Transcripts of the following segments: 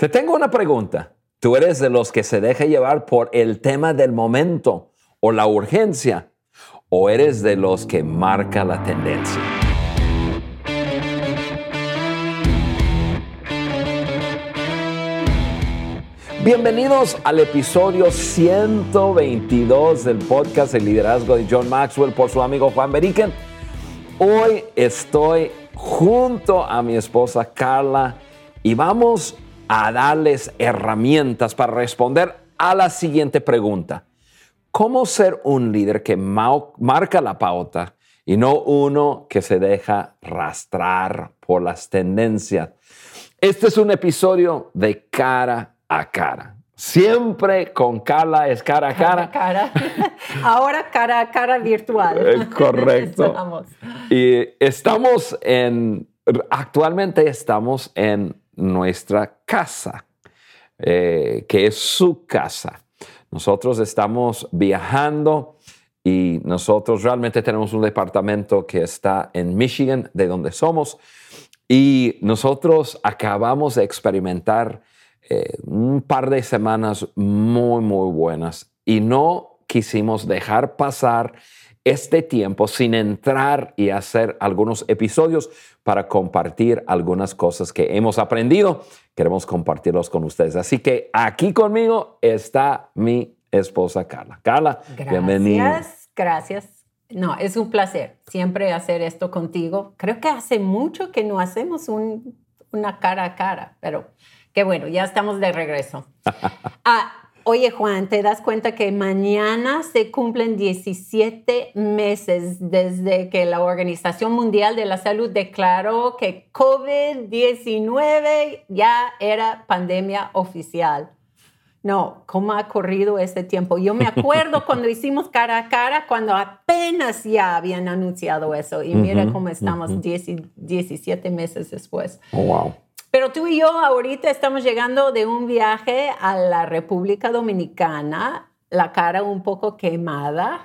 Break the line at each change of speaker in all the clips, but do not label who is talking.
Te tengo una pregunta. ¿Tú eres de los que se deja llevar por el tema del momento o la urgencia? ¿O eres de los que marca la tendencia? Bienvenidos al episodio 122 del podcast El Liderazgo de John Maxwell por su amigo Juan Beriken. Hoy estoy junto a mi esposa Carla y vamos a darles herramientas para responder a la siguiente pregunta. ¿Cómo ser un líder que marca la pauta y no uno que se deja arrastrar por las tendencias? Este es un episodio de cara a cara. Siempre con Carla es cara a cara.
Ahora cara a cara virtual.
Correcto. Y actualmente estamos en nuestra casa, que es su casa. Nosotros estamos viajando y nosotros realmente tenemos un departamento que está en Michigan, de donde somos, y nosotros acabamos de experimentar un par de semanas muy, muy buenas y no quisimos dejar pasar este tiempo sin entrar y hacer algunos episodios para compartir algunas cosas que hemos aprendido. Queremos compartirlos con ustedes. Así que aquí conmigo está mi esposa Carla. Carla, bienvenida.
Gracias. No, es un placer siempre hacer esto contigo. Creo que hace mucho que no hacemos una cara a cara, pero qué bueno, ya estamos de regreso. Oye, Juan, ¿te das cuenta que mañana se cumplen 17 meses desde que la Organización Mundial de la Salud declaró que COVID-19 ya era pandemia oficial? No, ¿cómo ha corrido este tiempo? Yo me acuerdo cuando hicimos cara a cara, cuando apenas ya habían anunciado eso. Y mira cómo estamos 17 meses después.
Oh, wow.
Pero tú y yo ahorita estamos llegando de un viaje a la República Dominicana, la cara un poco quemada,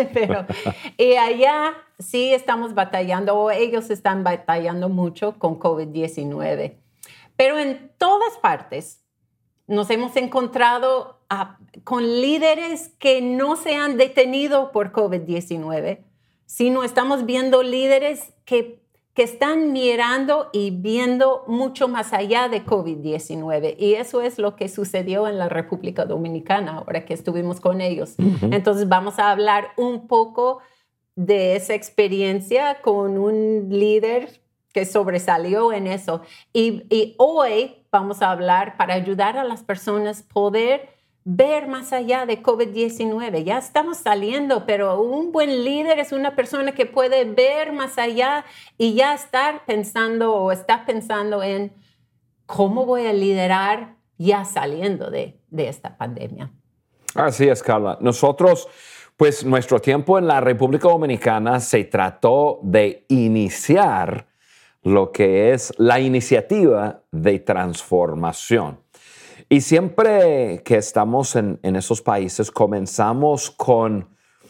y allá sí estamos batallando, o ellos están batallando mucho con COVID-19. Pero en todas partes nos hemos encontrado con líderes que no se han detenido por COVID-19, sino estamos viendo líderes que están mirando y viendo mucho más allá de COVID-19. Y eso es lo que sucedió en la República Dominicana ahora que estuvimos con ellos. Entonces vamos a hablar un poco de esa experiencia con un líder que sobresalió en eso. Y hoy vamos a hablar para ayudar a las personas a poder ver más allá de COVID-19. Ya estamos saliendo, pero un buen líder es una persona que puede ver más allá y ya está pensando en cómo voy a liderar ya saliendo de esta pandemia.
Así es, Carla. Nosotros, pues nuestro tiempo en la República Dominicana se trató de iniciar lo que es la iniciativa de transformación. Y siempre que estamos en esos países, comenzamos con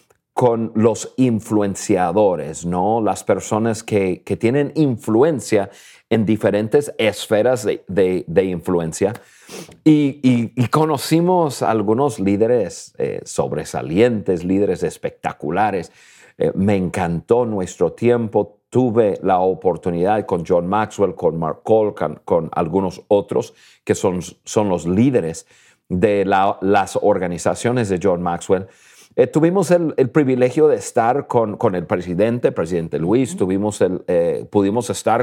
los influenciadores, ¿no? Las personas que tienen influencia en diferentes esferas de influencia. Y conocimos a algunos líderes sobresalientes, líderes espectaculares. Me encantó nuestro tiempo. Tuve la oportunidad con John Maxwell, con Mark Cole, con algunos otros que son los líderes de las organizaciones de John Maxwell. Tuvimos el privilegio de estar con el presidente Luis. Pudimos estar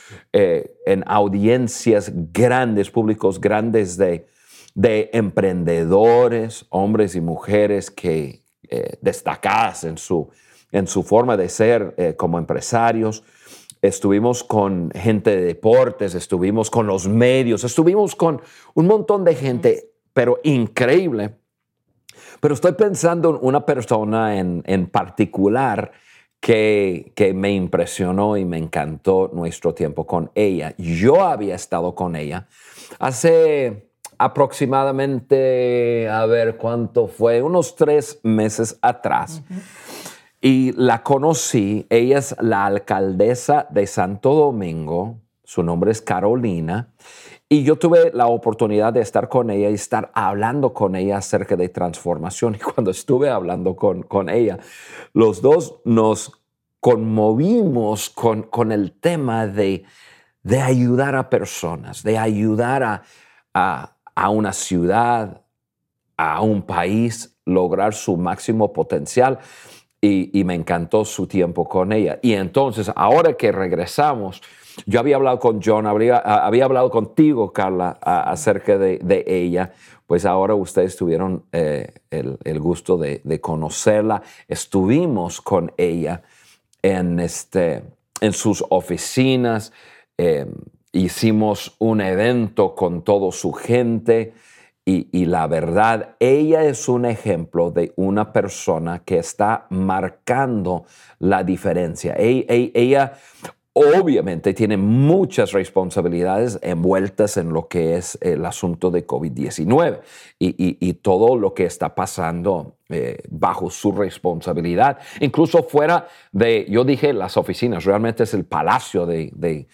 en audiencias grandes, públicos grandes de emprendedores, hombres y mujeres que destacadas en su forma de ser como empresarios. Estuvimos con gente de deportes, estuvimos con los medios, estuvimos con un montón de gente, pero increíble. Pero estoy pensando en una persona en particular que me impresionó y me encantó nuestro tiempo con ella. Yo había estado con ella hace aproximadamente, a ver cuánto fue, unos 3 meses atrás. Y la conocí. Ella es la alcaldesa de Santo Domingo. Su nombre es Carolina. Y yo tuve la oportunidad de estar con ella y estar hablando con ella acerca de transformación. Y cuando estuve hablando con ella, los dos nos conmovimos con el tema de ayudar a personas, de ayudar a una ciudad, a un país, lograr su máximo potencial. Y me encantó su tiempo con ella. Y entonces, ahora que regresamos, yo había hablado con John, había hablado contigo, Carla, acerca de ella. Pues ahora ustedes tuvieron el gusto de conocerla. Estuvimos con ella en sus oficinas. Hicimos un evento con toda su gente. Y la verdad, ella es un ejemplo de una persona que está marcando la diferencia. Ella obviamente tiene muchas responsabilidades envueltas en lo que es el asunto de COVID-19 y todo lo que está pasando bajo su responsabilidad. Incluso fuera de, yo dije las oficinas, realmente es el palacio de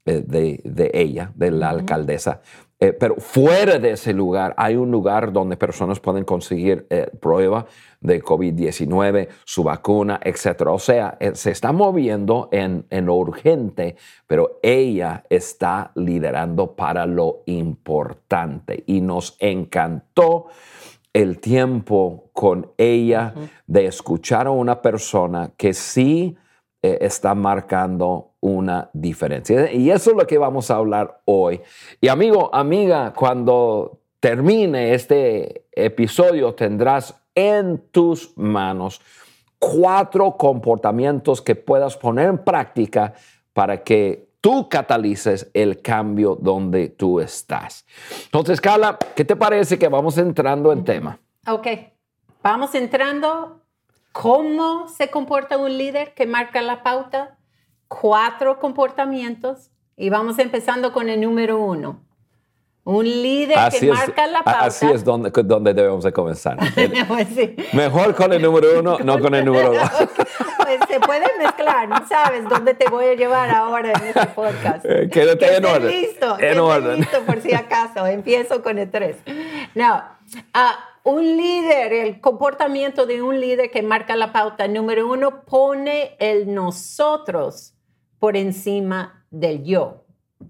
ella, de la alcaldesa. Pero fuera de ese lugar hay un lugar donde personas pueden conseguir prueba de COVID-19, su vacuna, etc. O sea, se está moviendo en lo urgente, pero ella está liderando para lo importante. Y nos encantó el tiempo con ella de escuchar a una persona que sí está marcando una diferencia. Y eso es lo que vamos a hablar hoy. Y amigo, amiga, cuando termine este episodio tendrás en tus manos 4 comportamientos que puedas poner en práctica para que tú catalices el cambio donde tú estás. Entonces, Carla, ¿qué te parece que vamos entrando en tema?
Ok, vamos entrando. ¿Cómo se comporta un líder que marca la pauta? 4 comportamientos y vamos empezando con el número 1. Un líder que marca la pauta.
Así es donde debemos de comenzar.
Pues sí.
Mejor con el número 1, no con el número 2.
Pues se puede mezclar, no sabes dónde te voy a llevar ahora en este podcast.
Quédate en orden.
Listo, por si acaso. Empiezo con el 3. No, un líder, el comportamiento de un líder que marca la pauta, número 1, pone el nosotros por encima del yo.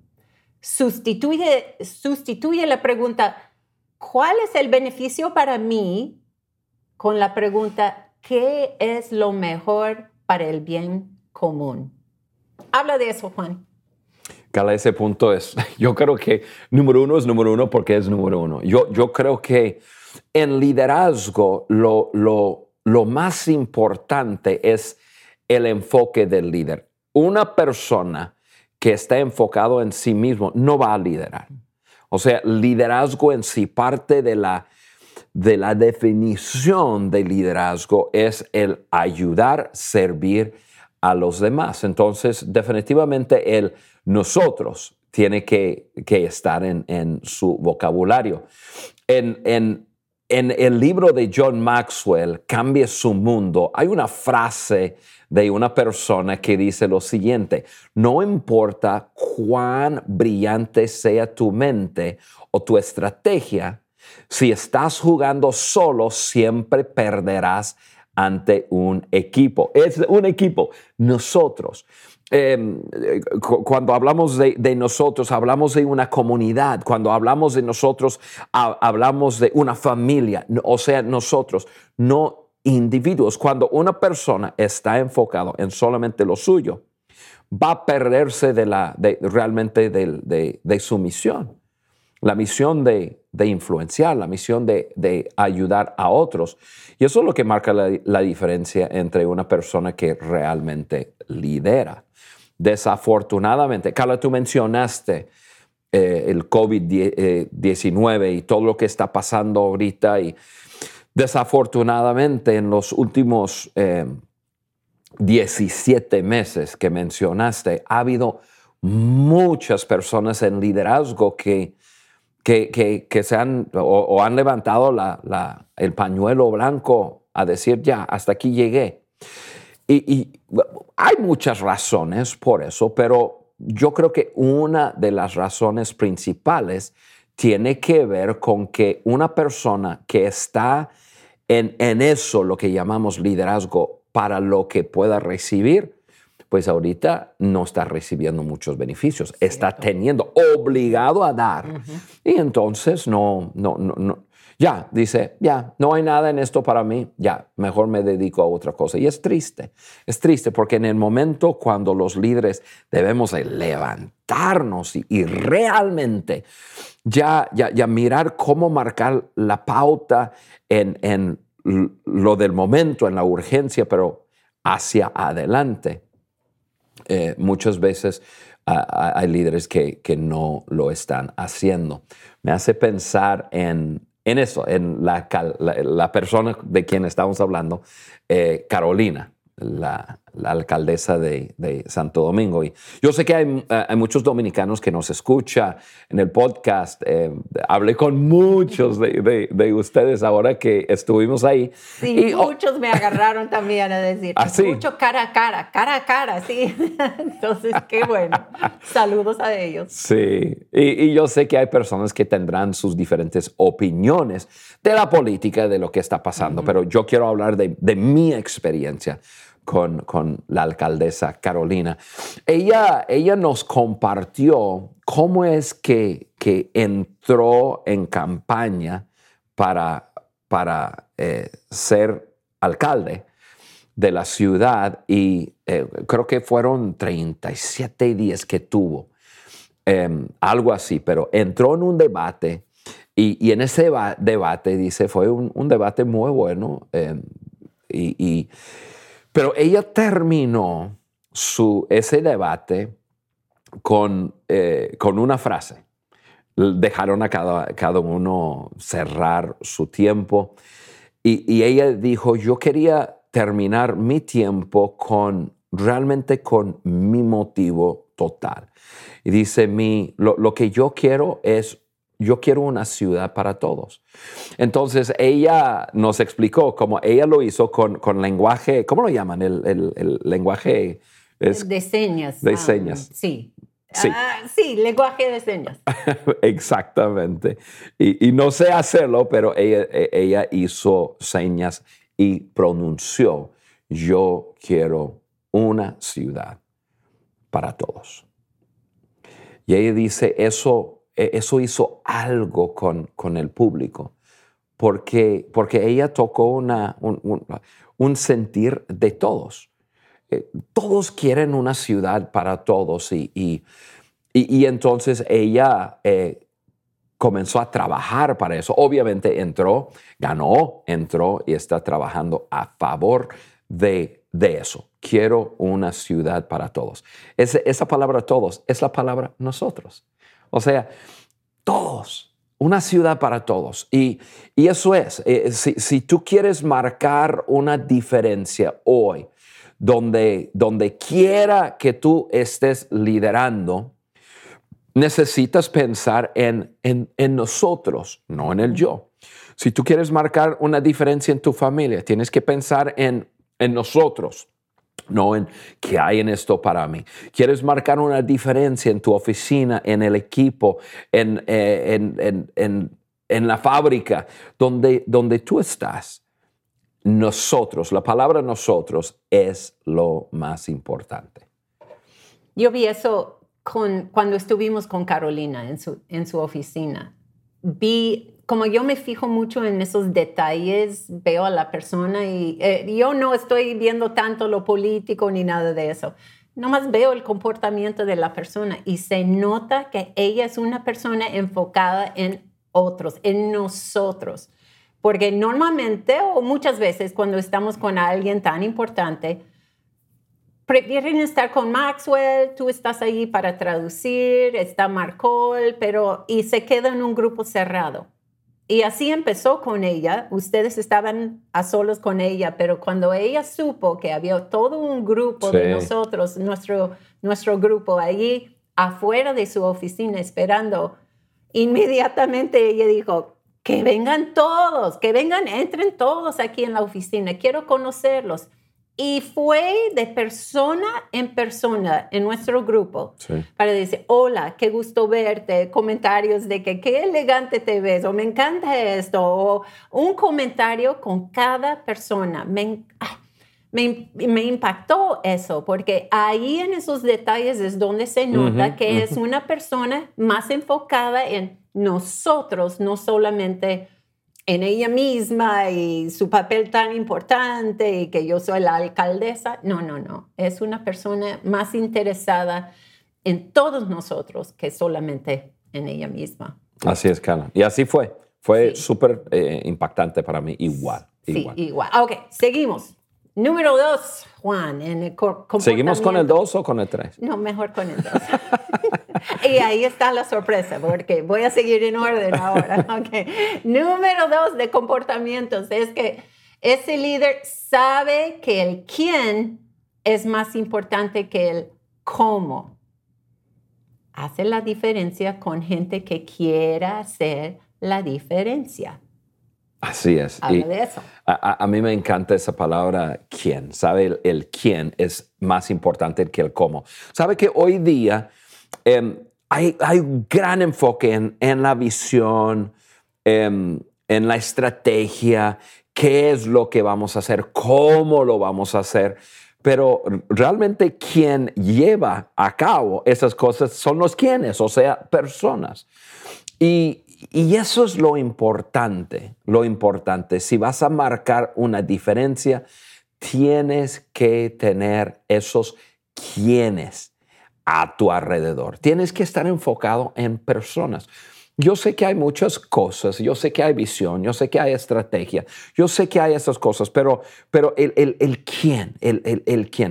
Sustituye la pregunta, ¿cuál es el beneficio para mí? Con la pregunta, ¿qué es lo mejor para el bien común? Habla de eso, Juan.
Carla, ese punto es, yo creo que número 1 es número 1 porque es número 1. Yo creo que en liderazgo lo más importante es el enfoque del líder. Una persona que está enfocado en sí mismo no va a liderar. O sea, liderazgo en sí, parte de la definición de liderazgo es el ayudar, servir a los demás. Entonces, definitivamente el nosotros tiene que estar en su vocabulario. En el libro de John Maxwell, Cambie su mundo, hay una frase de una persona que dice lo siguiente: no importa cuán brillante sea tu mente o tu estrategia, si estás jugando solo, siempre perderás ante un equipo. Es un equipo, nosotros. Cuando hablamos de nosotros, hablamos de una comunidad. Cuando hablamos de nosotros, hablamos de una familia. O sea, nosotros, no individuos. Cuando una persona está enfocado en solamente lo suyo, va a perderse realmente de su misión. La misión de influenciar, la misión de ayudar a otros. Y eso es lo que marca la diferencia entre una persona que realmente lidera. Desafortunadamente, Carla, tú mencionaste el COVID-19 y todo lo que está pasando ahorita. Y desafortunadamente, en los últimos 17 meses que mencionaste, ha habido muchas personas en liderazgo que se han levantado el pañuelo blanco a decir, ya, hasta aquí llegué. Y hay muchas razones por eso, pero yo creo que una de las razones principales tiene que ver con que una persona que está en eso, lo que llamamos liderazgo, para lo que pueda recibir, pues ahorita no está recibiendo muchos beneficios, está teniendo, obligado a dar. Y entonces no, ya, dice, ya, no hay nada en esto para mí, ya, mejor me dedico a otra cosa. Y es triste porque en el momento cuando los líderes debemos de levantarnos y realmente ya mirar cómo marcar la pauta en lo del momento, en la urgencia, pero hacia adelante. Muchas veces hay líderes que no lo están haciendo. Me hace pensar en eso, en la persona de quien estamos hablando, Carolina, la alcaldesa de Santo Domingo. Y yo sé que hay muchos dominicanos que nos escuchan en el podcast. Hablé con muchos de ustedes ahora que estuvimos ahí.
Sí, muchos me agarraron también a decir,
¿sí?
Mucho cara a cara, sí. Entonces, qué bueno. Saludos a ellos.
Sí, y yo sé que hay personas que tendrán sus diferentes opiniones de la política, de lo que está pasando, pero yo quiero hablar de mi experiencia con la alcaldesa Carolina. Ella nos compartió cómo es que entró en campaña para ser alcalde de la ciudad y creo que fueron 37 días que tuvo, algo así, pero entró en un debate y en ese debate, dice, fue un debate muy bueno pero ella terminó ese debate con una frase. Dejaron a cada uno cerrar su tiempo y ella dijo, yo quería terminar mi tiempo realmente con mi motivo total. Y dice, lo que yo quiero una ciudad para todos. Entonces ella nos explicó cómo ella lo hizo con lenguaje, ¿cómo lo llaman? El lenguaje
de señas.
De señas.
Sí.
Sí.
Sí, lenguaje de señas.
Exactamente. Y no sé hacerlo, pero ella hizo señas y pronunció, yo quiero una ciudad para todos. Y ella dice, eso hizo algo con el público, porque ella tocó un sentir de todos. Todos quieren una ciudad para todos y entonces ella comenzó a trabajar para eso. Obviamente entró y está trabajando a favor de eso. Quiero una ciudad para todos. Esa palabra todos es la palabra nosotros. O sea, todos, una ciudad para todos. Y eso es, si tú quieres marcar una diferencia hoy, donde quiera que tú estés liderando, necesitas pensar en nosotros, no en el yo. Si tú quieres marcar una diferencia en tu familia, tienes que pensar en nosotros, no en qué hay en esto para mí. Quieres marcar una diferencia en tu oficina, en el equipo, en la fábrica, donde tú estás. Nosotros, la palabra nosotros es lo más importante.
Yo vi eso cuando estuvimos con Carolina en su oficina. Como yo me fijo mucho en esos detalles, veo a la persona y yo no estoy viendo tanto lo político ni nada de eso. Nomás veo el comportamiento de la persona y se nota que ella es una persona enfocada en otros, en nosotros. Porque normalmente o muchas veces cuando estamos con alguien tan importante, prefieren estar con Maxwell, tú estás ahí para traducir, está Marcol, y se queda en un grupo cerrado. Y así empezó con ella. Ustedes estaban a solos con ella, pero cuando ella supo que había todo un grupo de nosotros, nuestro grupo allí afuera de su oficina esperando, inmediatamente ella dijo, que vengan todos, entren todos aquí en la oficina, quiero conocerlos. Y fue de persona en persona en nuestro grupo
Sí.
para decir, hola, qué gusto verte, comentarios de que qué elegante te ves, o me encanta esto, o un comentario con cada persona. Me impactó eso, porque ahí en esos detalles es donde se nota que es una persona más enfocada en nosotros, no solamente en ella misma y su papel tan importante y que yo soy la alcaldesa. No. Es una persona más interesada en todos nosotros que solamente en ella misma.
Así es, Carla. Y así fue. Fue
Sí.
súper impactante para mí. Igual.
Sí, igual. Ok, seguimos. Número 2, Juan, en el comportamiento.
¿Seguimos con el 2 o con el 3?
No, mejor con el 2. Y ahí está la sorpresa, porque voy a seguir en orden ahora. Okay. Número 2 de comportamientos es que ese líder sabe que el quién es más importante que el cómo. Hace la diferencia con gente que quiera hacer la diferencia.
Así es.
Habla de eso.
A mí me encanta esa palabra quién. ¿Sabe? El quién es más importante que el cómo. ¿Sabe que hoy día hay un gran enfoque en la visión, en la estrategia, qué es lo que vamos a hacer, cómo lo vamos a hacer? Pero realmente quien lleva a cabo esas cosas son los quiénes, o sea, personas. Y eso es lo importante, lo importante. Si vas a marcar una diferencia, tienes que tener esos quiénes a tu alrededor. Tienes que estar enfocado en personas. Yo sé que hay muchas cosas, yo sé que hay visión, yo sé que hay estrategia, yo sé que hay esas cosas, pero el quién, el quién.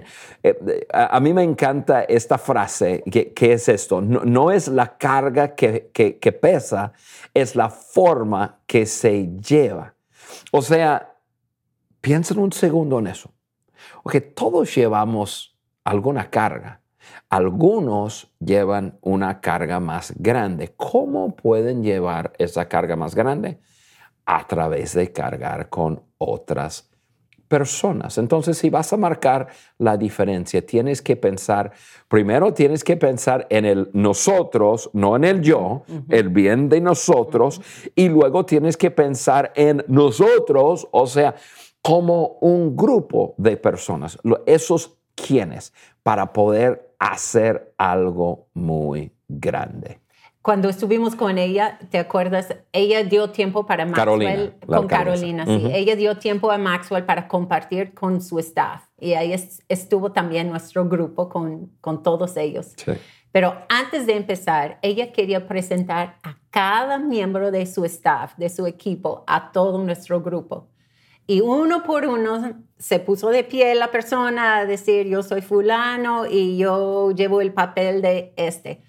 A mí me encanta esta frase, que es esto, no es la carga que pesa, es la forma que se lleva. O sea, piensa un segundo en eso. Okay, todos llevamos alguna carga. Algunos llevan una carga más grande. ¿Cómo pueden llevar esa carga más grande? A través de cargar con otras personas. Entonces, si vas a marcar la diferencia, tienes que pensar, primero tienes que pensar en el nosotros, no en el yo, el bien de nosotros, y luego tienes que pensar en nosotros, o sea, como un grupo de personas, esos quienes, para poder hacer algo muy grande.
Cuando estuvimos con ella, ¿te acuerdas? Ella dio tiempo para Maxwell, con Carolina, sí. Ella dio tiempo a Maxwell para compartir con su staff. Y ahí estuvo también nuestro grupo con todos ellos.
Sí.
Pero antes de empezar, ella quería presentar a cada miembro de su staff, de su equipo, a todo nuestro grupo. Y uno por uno se puso de pie la persona a decir, yo soy fulano y yo llevo el papel de este.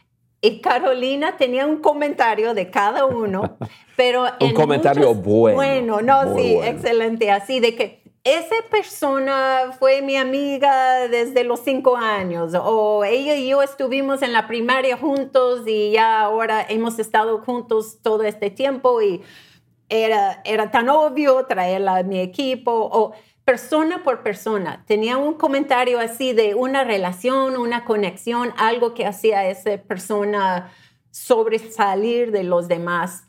Y Carolina tenía un comentario de cada uno, pero
un comentario bueno.
Bueno, no, sí, bueno. Excelente. Así de que esa persona fue mi amiga desde los 5 años, o ella y yo estuvimos en la primaria juntos y ya ahora hemos estado juntos todo este tiempo y era tan obvio traerla a mi equipo, o persona por persona. Tenía un comentario así de una relación, una conexión, algo que hacía a esa persona sobresalir de los demás.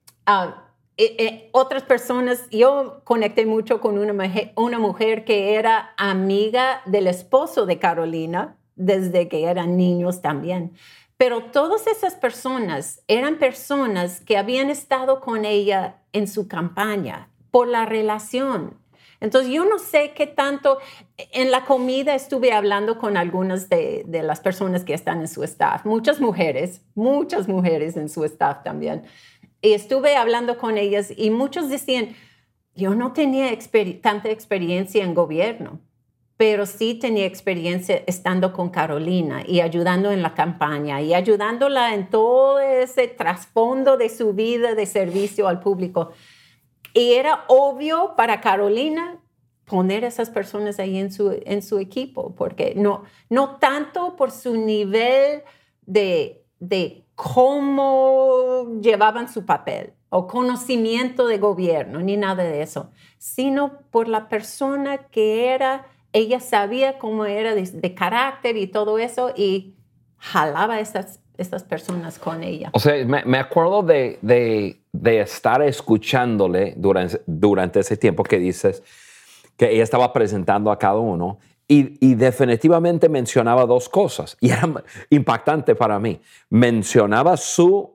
Otras personas, yo conecté mucho con una mujer que era amiga del esposo de Carolina desde que eran niños también. Pero todas esas personas eran personas que habían estado con ella en su campaña por la relación. Entonces, yo no sé qué tanto, en la comida estuve hablando con algunas de las personas que están en su staff, muchas mujeres en su staff también. Y estuve hablando con ellas y muchos decían, yo no tenía tanta experiencia en gobierno, pero sí tenía experiencia estando con Carolina y ayudando en la campaña y ayudándola en todo ese trasfondo de su vida de servicio al público. Y era obvio para Carolina poner a esas personas ahí en su equipo, porque no tanto por su nivel de cómo llevaban su papel o conocimiento de gobierno, ni nada de eso, sino por la persona que era ella sabía cómo era de carácter y todo eso y jalaba a estas personas con ella.
O sea, me acuerdo de estar escuchándole durante ese tiempo que dices que ella estaba presentando a cada uno y definitivamente mencionaba dos cosas y era impactante para mí. Mencionaba su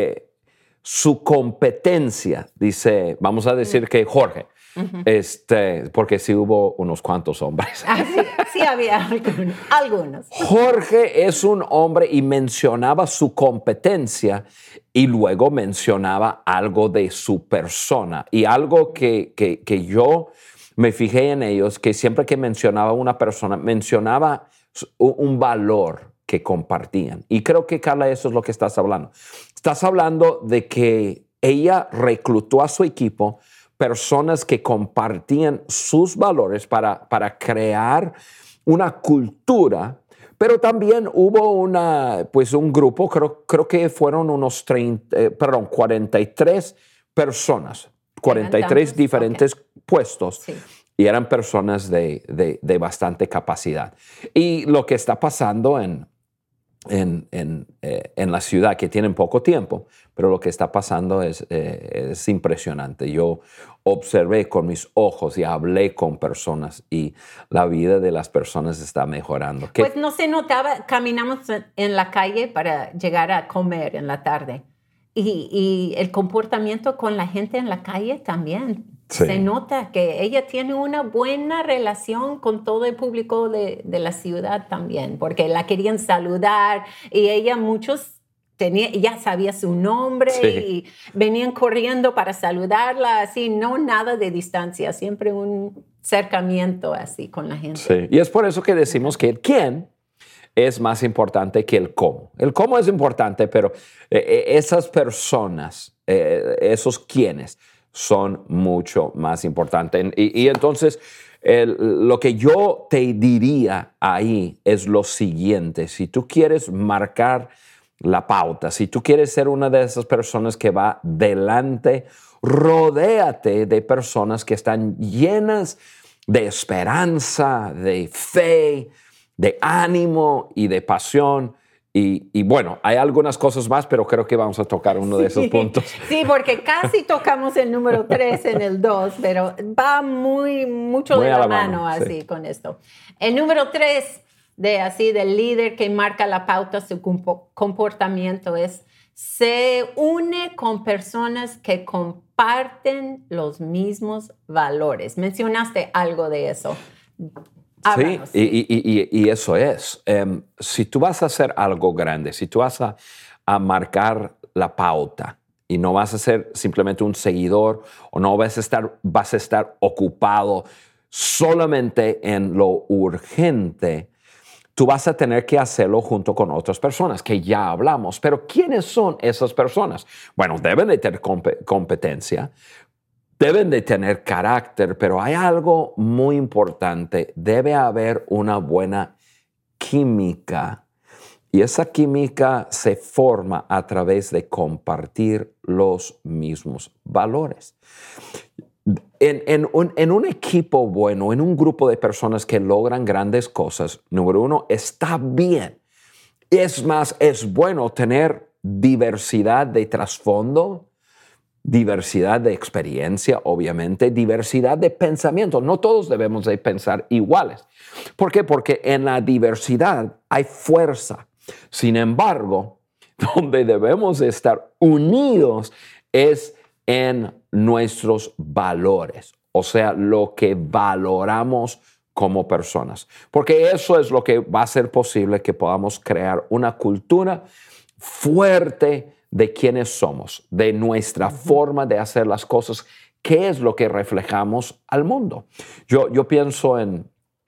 competencia, dice, vamos a decir que Jorge, porque sí hubo unos cuantos hombres.
Sí había algunos.
Jorge es un hombre y mencionaba su competencia y luego mencionaba algo de su persona. Y algo que yo me fijé en ellos, que siempre que mencionaba una persona, mencionaba un valor que compartían. Y creo que, Carla, eso es lo que estás hablando. Estás hablando de que ella reclutó a su equipo personas que compartían sus valores para crear una cultura, pero también hubo un grupo, creo que fueron unos 43 personas, 43 diferentes puestos. Sí. Y eran personas de bastante capacidad. Y lo que está pasando en la ciudad, que tienen poco tiempo, pero lo que está pasando es impresionante. Yo observé con mis ojos y hablé con personas y la vida de las personas está mejorando.
Pues no se notaba, caminamos en la calle para llegar a comer en la tarde y el comportamiento con la gente en la calle también. Sí. Se nota que ella tiene una buena relación con todo el público de la ciudad también, porque la querían saludar y ella ya sabía su nombre. Sí. Y venían corriendo para saludarla, así, no nada de distancia, siempre un acercamiento así con la gente.
Sí. Y es por eso que decimos que el quién es más importante que el cómo. El cómo es importante, pero esas personas, esos quiénes, son mucho más importantes. Y entonces, lo que yo te diría ahí es lo siguiente. Si tú quieres marcar la pauta, si tú quieres ser una de esas personas que va delante, rodéate de personas que están llenas de esperanza, de fe, de ánimo y de pasión. Y bueno, hay algunas cosas más, pero creo que vamos a tocar uno de esos puntos.
Sí, porque casi tocamos el número 3 en el 2, pero va mucho de la mano así, sí, con esto. El número 3 del líder que marca la pauta, su comportamiento es: se une con personas que comparten los mismos valores. Mencionaste algo de eso.
Háblanos. Sí, y eso es. Si tú vas a hacer algo grande, si tú vas a marcar la pauta y no vas a ser simplemente un seguidor o no vas a estar ocupado solamente en lo urgente, tú vas a tener que hacerlo junto con otras personas, que ya hablamos. Pero ¿quiénes son esas personas? Bueno, deben de tener competencia, deben de tener carácter, pero hay algo muy importante. Debe haber una buena química. Y esa química se forma a través de compartir los mismos valores. En un equipo bueno, en un grupo de personas que logran grandes cosas, número uno, está bien. Es más, es bueno tener diversidad de trasfondo, diversidad de experiencia, obviamente, diversidad de pensamiento. No todos debemos de pensar iguales. ¿Por qué? Porque en la diversidad hay fuerza. Sin embargo, donde debemos estar unidos es en nuestros valores, o sea, lo que valoramos como personas. Porque eso es lo que va a hacer posible que podamos crear una cultura fuerte de quiénes somos, de nuestra forma de hacer las cosas, qué es lo que reflejamos al mundo. Yo pienso en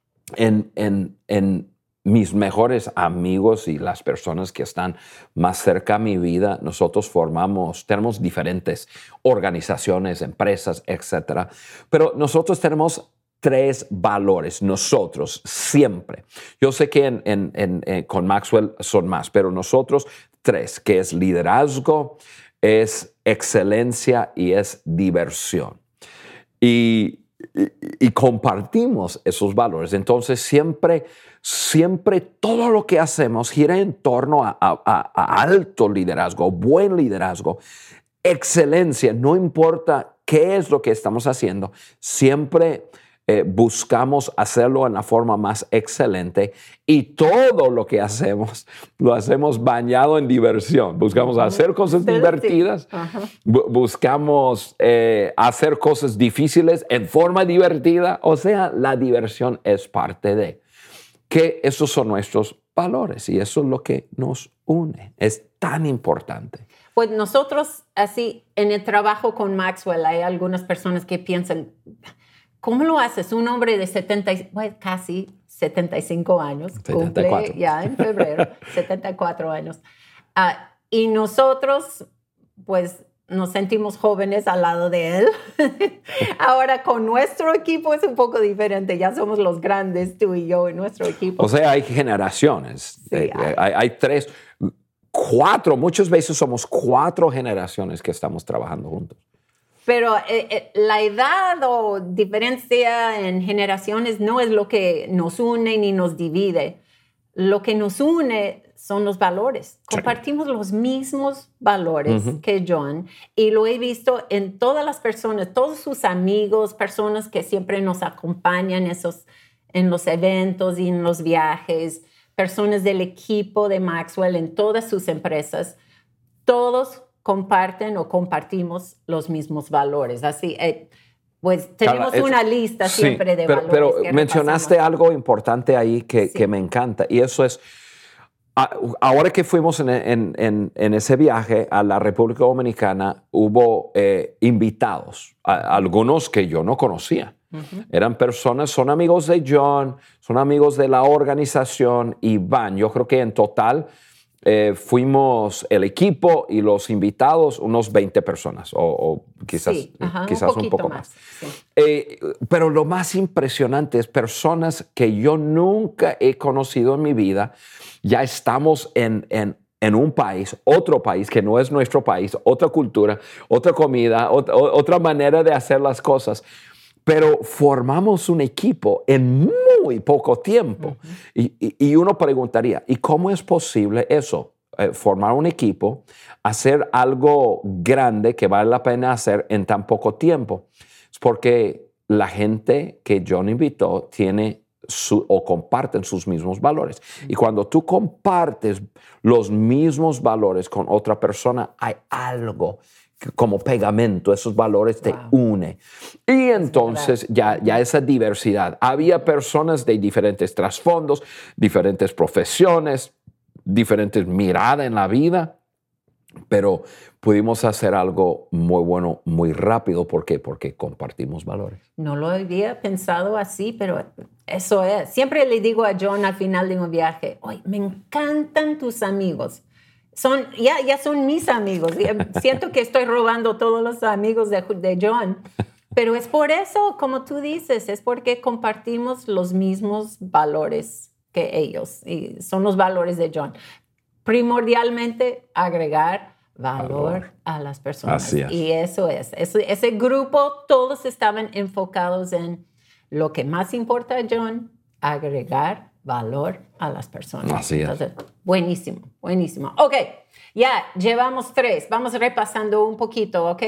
mis mejores amigos y las personas que están más cerca a mi vida. Nosotros tenemos diferentes organizaciones, empresas, etcétera, pero nosotros tenemos 3 valores, nosotros, siempre. Yo sé que con Maxwell son más, pero nosotros 3, que es liderazgo, es excelencia y es diversión. Y y compartimos esos valores. Entonces siempre todo lo que hacemos gira en torno a alto liderazgo, buen liderazgo, excelencia. No importa qué es lo que estamos haciendo, siempre buscamos hacerlo en la forma más excelente, y todo lo que hacemos lo hacemos bañado en diversión. Buscamos hacer cosas divertidas, buscamos hacer cosas difíciles en forma divertida. O sea, la diversión es parte de que esos son nuestros valores, y eso es lo que nos une. Es tan importante.
Pues nosotros, así, en el trabajo con Maxwell, hay algunas personas que piensan, ¿cómo lo haces? Un hombre de casi 75 años,
74.
Cumple ya en febrero, 74 años. Y nosotros, pues, nos sentimos jóvenes al lado de él. Ahora, con nuestro equipo es un poco diferente. Ya somos los grandes, tú y yo, en nuestro equipo.
O sea, hay generaciones.
Sí,
hay 3, 4, muchas veces somos 4 generaciones que estamos trabajando juntos.
Pero la edad o diferencia en generaciones no es lo que nos une ni nos divide. Lo que nos une son los valores. Compartimos los mismos valores que John, y lo he visto en todas las personas, todos sus amigos, personas que siempre nos acompañan en los eventos y en los viajes, personas del equipo de Maxwell en todas sus empresas. Todos comparten o compartimos los mismos valores. Así, pues tenemos una lista siempre de valores.
Pero mencionaste algo importante ahí que me encanta, y eso es, ahora que fuimos en ese viaje a la República Dominicana, hubo invitados, algunos que yo no conocía. Eran personas, son amigos de John, son amigos de la organización, y van, yo creo que en total fuimos el equipo y los invitados, unos 20 personas, o quizás, quizás un poco más. Sí. Pero lo más impresionante es personas que yo nunca he conocido en mi vida. Ya estamos en un país, otro país que no es nuestro país, otra cultura, otra comida, otra manera de hacer las cosas. Pero formamos un equipo en muy poco tiempo. Y uno preguntaría, ¿y cómo es posible eso? Formar un equipo, hacer algo grande que vale la pena hacer en tan poco tiempo. Es porque la gente que John invitó tiene o comparten sus mismos valores. Y cuando tú compartes los mismos valores con otra persona, hay algo como pegamento, esos valores te une. Y entonces ya esa diversidad. Había personas de diferentes trasfondos, diferentes profesiones, diferentes miradas en la vida, pero pudimos hacer algo muy bueno, muy rápido. ¿Por qué? Porque compartimos valores.
No lo había pensado así, pero eso es. Siempre le digo a John al final de un viaje, oye, me encantan tus amigos. Ya son mis amigos. Siento que estoy robando todos los amigos de John. Pero es por eso, como tú dices, es porque compartimos los mismos valores que ellos. Y son los valores de John. Primordialmente, agregar valor a las personas.
Así es.
Y eso es. Ese grupo, todos estaban enfocados en lo que más importa a John, agregar valor a las personas.
Así es.
Entonces, buenísimo, buenísimo. Ok, ya llevamos 3. Vamos repasando un poquito, ok.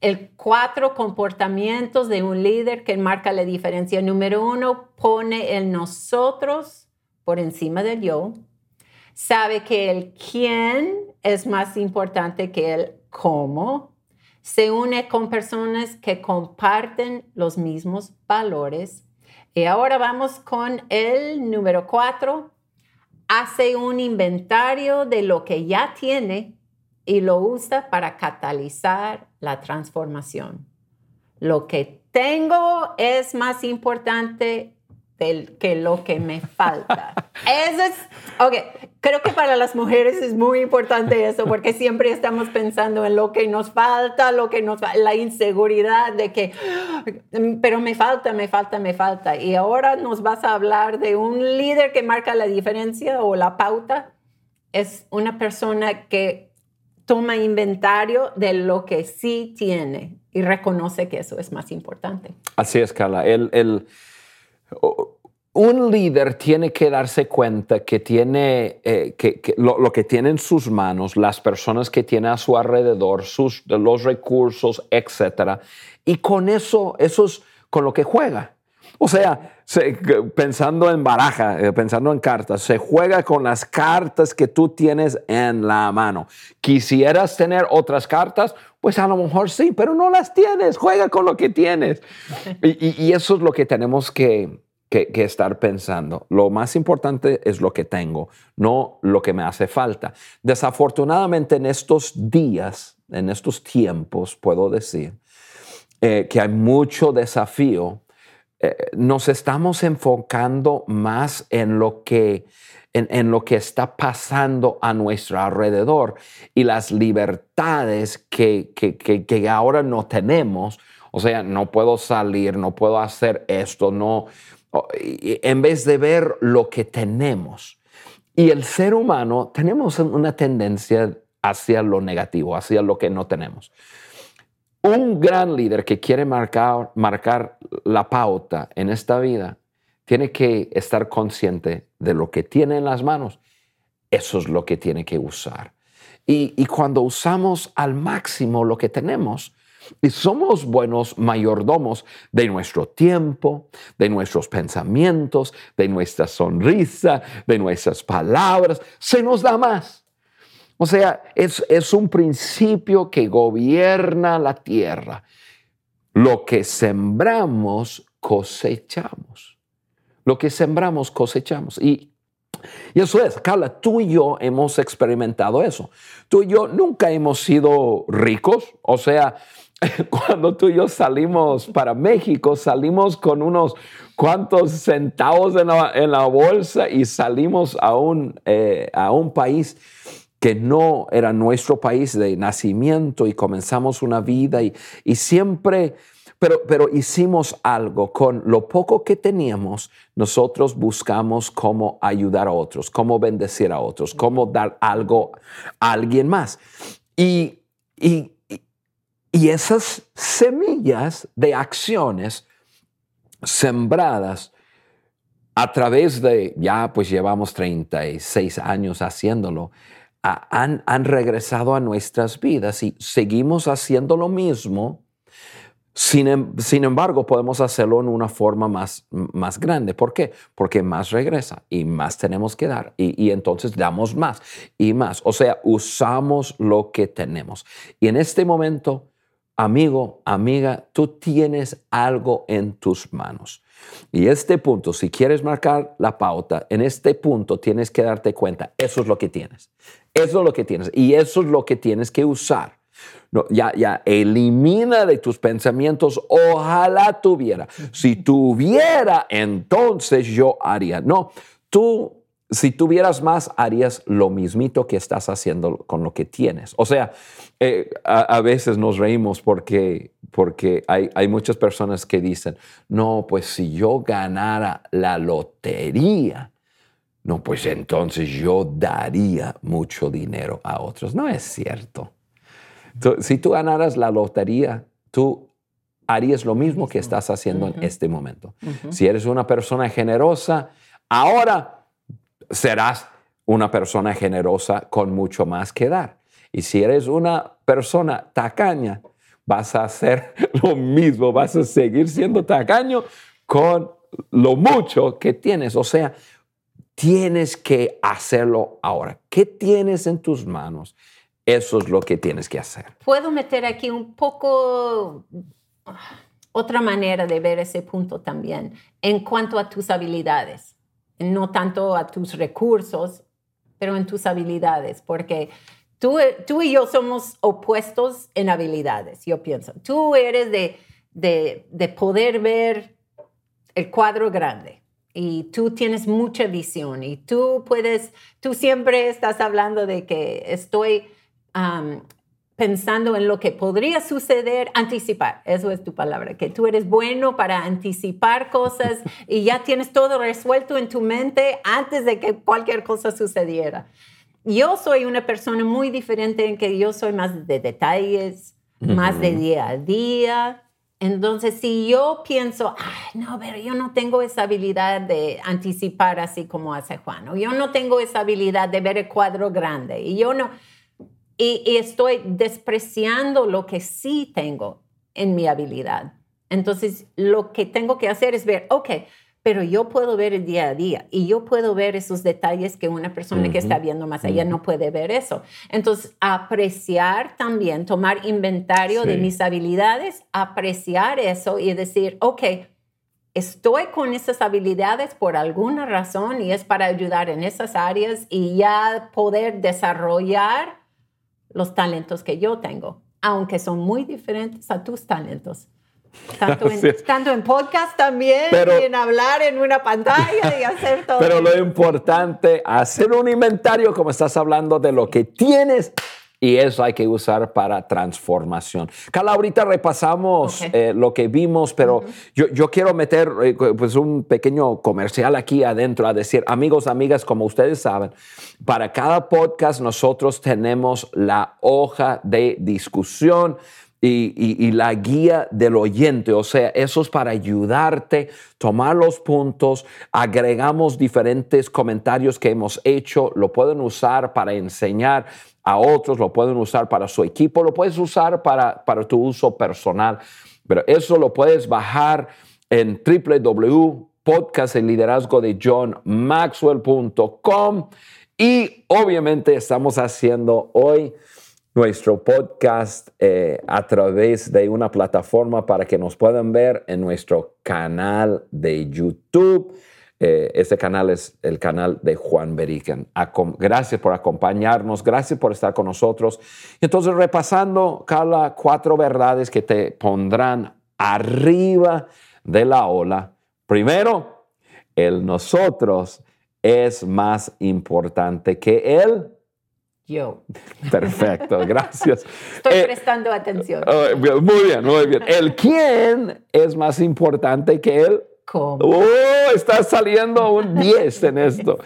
4 comportamientos de un líder que marca la diferencia. Número 1, pone el nosotros por encima del yo. Sabe que el quién es más importante que el cómo. Se une con personas que comparten los mismos valores. Y ahora vamos con el número 4. Hace un inventario de lo que ya tiene y lo usa para catalizar la transformación. Lo que tengo es más importante que lo que me falta. Eso es, creo que para las mujeres es muy importante eso, porque siempre estamos pensando en lo que nos falta, la inseguridad de que, pero me falta. Y ahora nos vas a hablar de un líder que marca la diferencia o la pauta. Es una persona que toma inventario de lo que sí tiene y reconoce que eso es más importante.
Así es, Carla. Un líder tiene que darse cuenta que tiene lo que tiene en sus manos, las personas que tiene a su alrededor, los recursos, etcétera, y con eso es con lo que juega. O sea, pensando en baraja, pensando en cartas, se juega con las cartas que tú tienes en la mano. ¿Quisieras tener otras cartas? Pues a lo mejor sí, pero no las tienes. Juega con lo que tienes. Y eso es lo que tenemos que estar pensando. Lo más importante es lo que tengo, no lo que me hace falta. Desafortunadamente en estos días, en estos tiempos, puedo decir que hay mucho desafío. Nos estamos enfocando más en lo que está pasando a nuestro alrededor y las libertades que ahora no tenemos. O sea, no puedo salir, no puedo hacer esto, no, en vez de ver lo que tenemos. Y el ser humano tenemos una tendencia hacia lo negativo, hacia lo que no tenemos. Un gran líder que quiere marcar la pauta en esta vida tiene que estar consciente de lo que tiene en las manos. Eso es lo que tiene que usar. Y cuando usamos al máximo lo que tenemos, y somos buenos mayordomos de nuestro tiempo, de nuestros pensamientos, de nuestra sonrisa, de nuestras palabras, se nos da más. O sea, es un principio que gobierna la tierra. Lo que sembramos, cosechamos. Lo que sembramos, cosechamos. Y eso es, Carla, tú y yo hemos experimentado eso. Tú y yo nunca hemos sido ricos. O sea, cuando tú y yo salimos para México, salimos con unos cuantos centavos en la bolsa y salimos a un país que no era nuestro país de nacimiento y comenzamos una vida y siempre, pero hicimos algo. Con lo poco que teníamos, nosotros buscamos cómo ayudar a otros, cómo bendecir a otros, cómo dar algo a alguien más. Y esas semillas de acciones sembradas a través de, ya pues llevamos 36 años haciéndolo, han regresado a nuestras vidas y seguimos haciendo lo mismo. Sin embargo, podemos hacerlo en una forma más grande. ¿Por qué? Porque más regresa y más tenemos que dar y entonces damos más y más. O sea, usamos lo que tenemos. Y en este momento, amigo, amiga, tú tienes algo en tus manos. Y este punto, si quieres marcar la pauta, en este punto tienes que darte cuenta, eso es lo que tienes. Eso es lo que tienes y eso es lo que tienes que usar. No, ya elimina de tus pensamientos, ojalá tuviera. Si tuviera, entonces yo haría. No, tú, si tuvieras más, harías lo mismito que estás haciendo con lo que tienes. O sea, a veces nos reímos porque hay muchas personas que dicen, no, pues si yo ganara la lotería, no, pues entonces yo daría mucho dinero a otros. No es cierto. Si tú ganaras la lotería, tú harías lo mismo que estás haciendo en este momento. Si eres una persona generosa, ahora serás una persona generosa con mucho más que dar. Y si eres una persona tacaña, vas a hacer lo mismo, vas a seguir siendo tacaño con lo mucho que tienes. O sea, tienes que hacerlo ahora. ¿Qué tienes en tus manos? Eso es lo que tienes que hacer.
Puedo meter aquí un poco otra manera de ver ese punto también en cuanto a tus habilidades. No tanto a tus recursos, pero en tus habilidades. Porque tú y yo somos opuestos en habilidades, yo pienso. Tú eres de poder ver el cuadro grande. Y tú tienes mucha visión. Y tú siempre estás hablando de que estoy pensando en lo que podría suceder, anticipar, eso es tu palabra, que tú eres bueno para anticipar cosas y ya tienes todo resuelto en tu mente antes de que cualquier cosa sucediera. Yo soy una persona muy diferente en que yo soy más de detalles, más de día a día. Entonces, si yo pienso, no, pero yo no tengo esa habilidad de anticipar así como hace Juan, o yo no tengo esa habilidad de ver el cuadro grande, y yo no, y estoy despreciando lo que sí tengo en mi habilidad. Entonces, lo que tengo que hacer es ver, pero yo puedo ver el día a día y yo puedo ver esos detalles que una persona que está viendo más allá no puede ver eso. Entonces, apreciar también, tomar inventario de mis habilidades, apreciar eso y decir, estoy con esas habilidades por alguna razón y es para ayudar en esas áreas y ya poder desarrollar los talentos que yo tengo, aunque son muy diferentes a tus talentos. Tanto en podcast también, y en hablar en una pantalla y hacer todo.
Pero lo importante, hacer un inventario, como estás hablando, de lo que tienes, y eso hay que usar para transformación. Carla, ahorita repasamos lo que vimos, pero yo quiero meter pues un pequeño comercial aquí adentro, a decir, amigos, amigas, como ustedes saben, para cada podcast nosotros tenemos la hoja de discusión y la guía del oyente. O sea, eso es para ayudarte, tomar los puntos, agregamos diferentes comentarios que hemos hecho, lo pueden usar para enseñar a otros, lo pueden usar para su equipo, lo puedes usar para tu uso personal, pero eso lo puedes bajar en www.podcastelliderazgodejohnmaxwell.com. Y obviamente estamos haciendo hoy nuestro podcast a través de una plataforma para que nos puedan ver en nuestro canal de YouTube. Este canal es el canal de Juan Beriken. Gracias por acompañarnos, gracias por estar con nosotros. Entonces, repasando, Carla, 4 verdades que te pondrán arriba de la ola. Primero, el nosotros es más importante que el
yo.
Perfecto, gracias.
Estoy prestando atención.
Muy bien, muy bien. El quién es más importante que el
cómo.
Está saliendo un 10 en esto.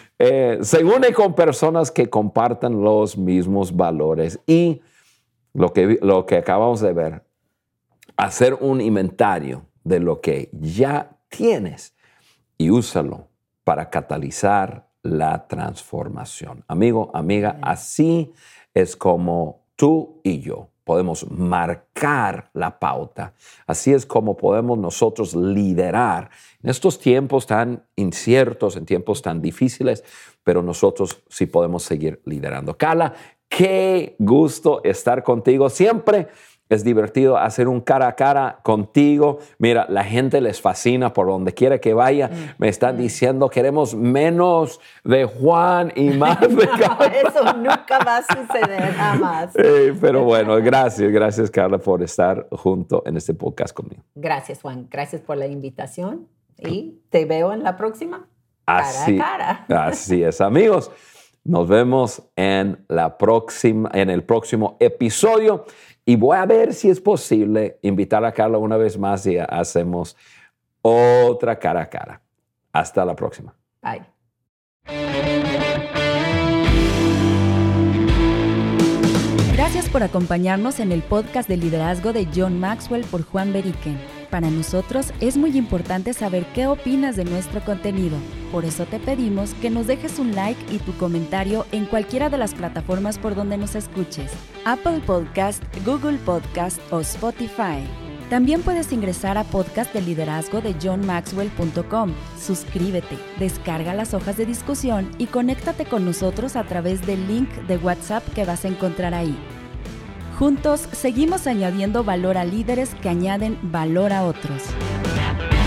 Se une con personas que compartan los mismos valores. Y lo que acabamos de ver, hacer un inventario de lo que ya tienes y úsalo para catalizar la transformación. Amigo, amiga, así es como tú y yo podemos marcar la pauta. Así es como podemos nosotros liderar en estos tiempos tan inciertos, en tiempos tan difíciles, pero nosotros sí podemos seguir liderando. Carla, qué gusto estar contigo. Siempre es divertido hacer un cara a cara contigo. Mira, la gente les fascina por donde quiera que vaya. Me están diciendo, queremos menos de Juan y más de Carla.
Eso nunca va a suceder, jamás.
Pero bueno, gracias Carla por estar junto en este podcast conmigo.
Gracias, Juan. Gracias por la invitación y te veo en la próxima.
Así,
cara a cara.
Así es, amigos. Nos vemos en el próximo episodio. Y voy a ver si es posible invitar a Carla una vez más y hacemos otra cara a cara. Hasta la próxima.
Bye.
Gracias por acompañarnos en el podcast de liderazgo de John Maxwell por Juan Beriken. Para nosotros es muy importante saber qué opinas de nuestro contenido. Por eso te pedimos que nos dejes un like y tu comentario en cualquiera de las plataformas por donde nos escuches. Apple Podcast, Google Podcast o Spotify. También puedes ingresar a podcastdelliderazgodejohnmaxwell.com. Suscríbete, descarga las hojas de discusión y conéctate con nosotros a través del link de WhatsApp que vas a encontrar ahí. Juntos seguimos añadiendo valor a líderes que añaden valor a otros.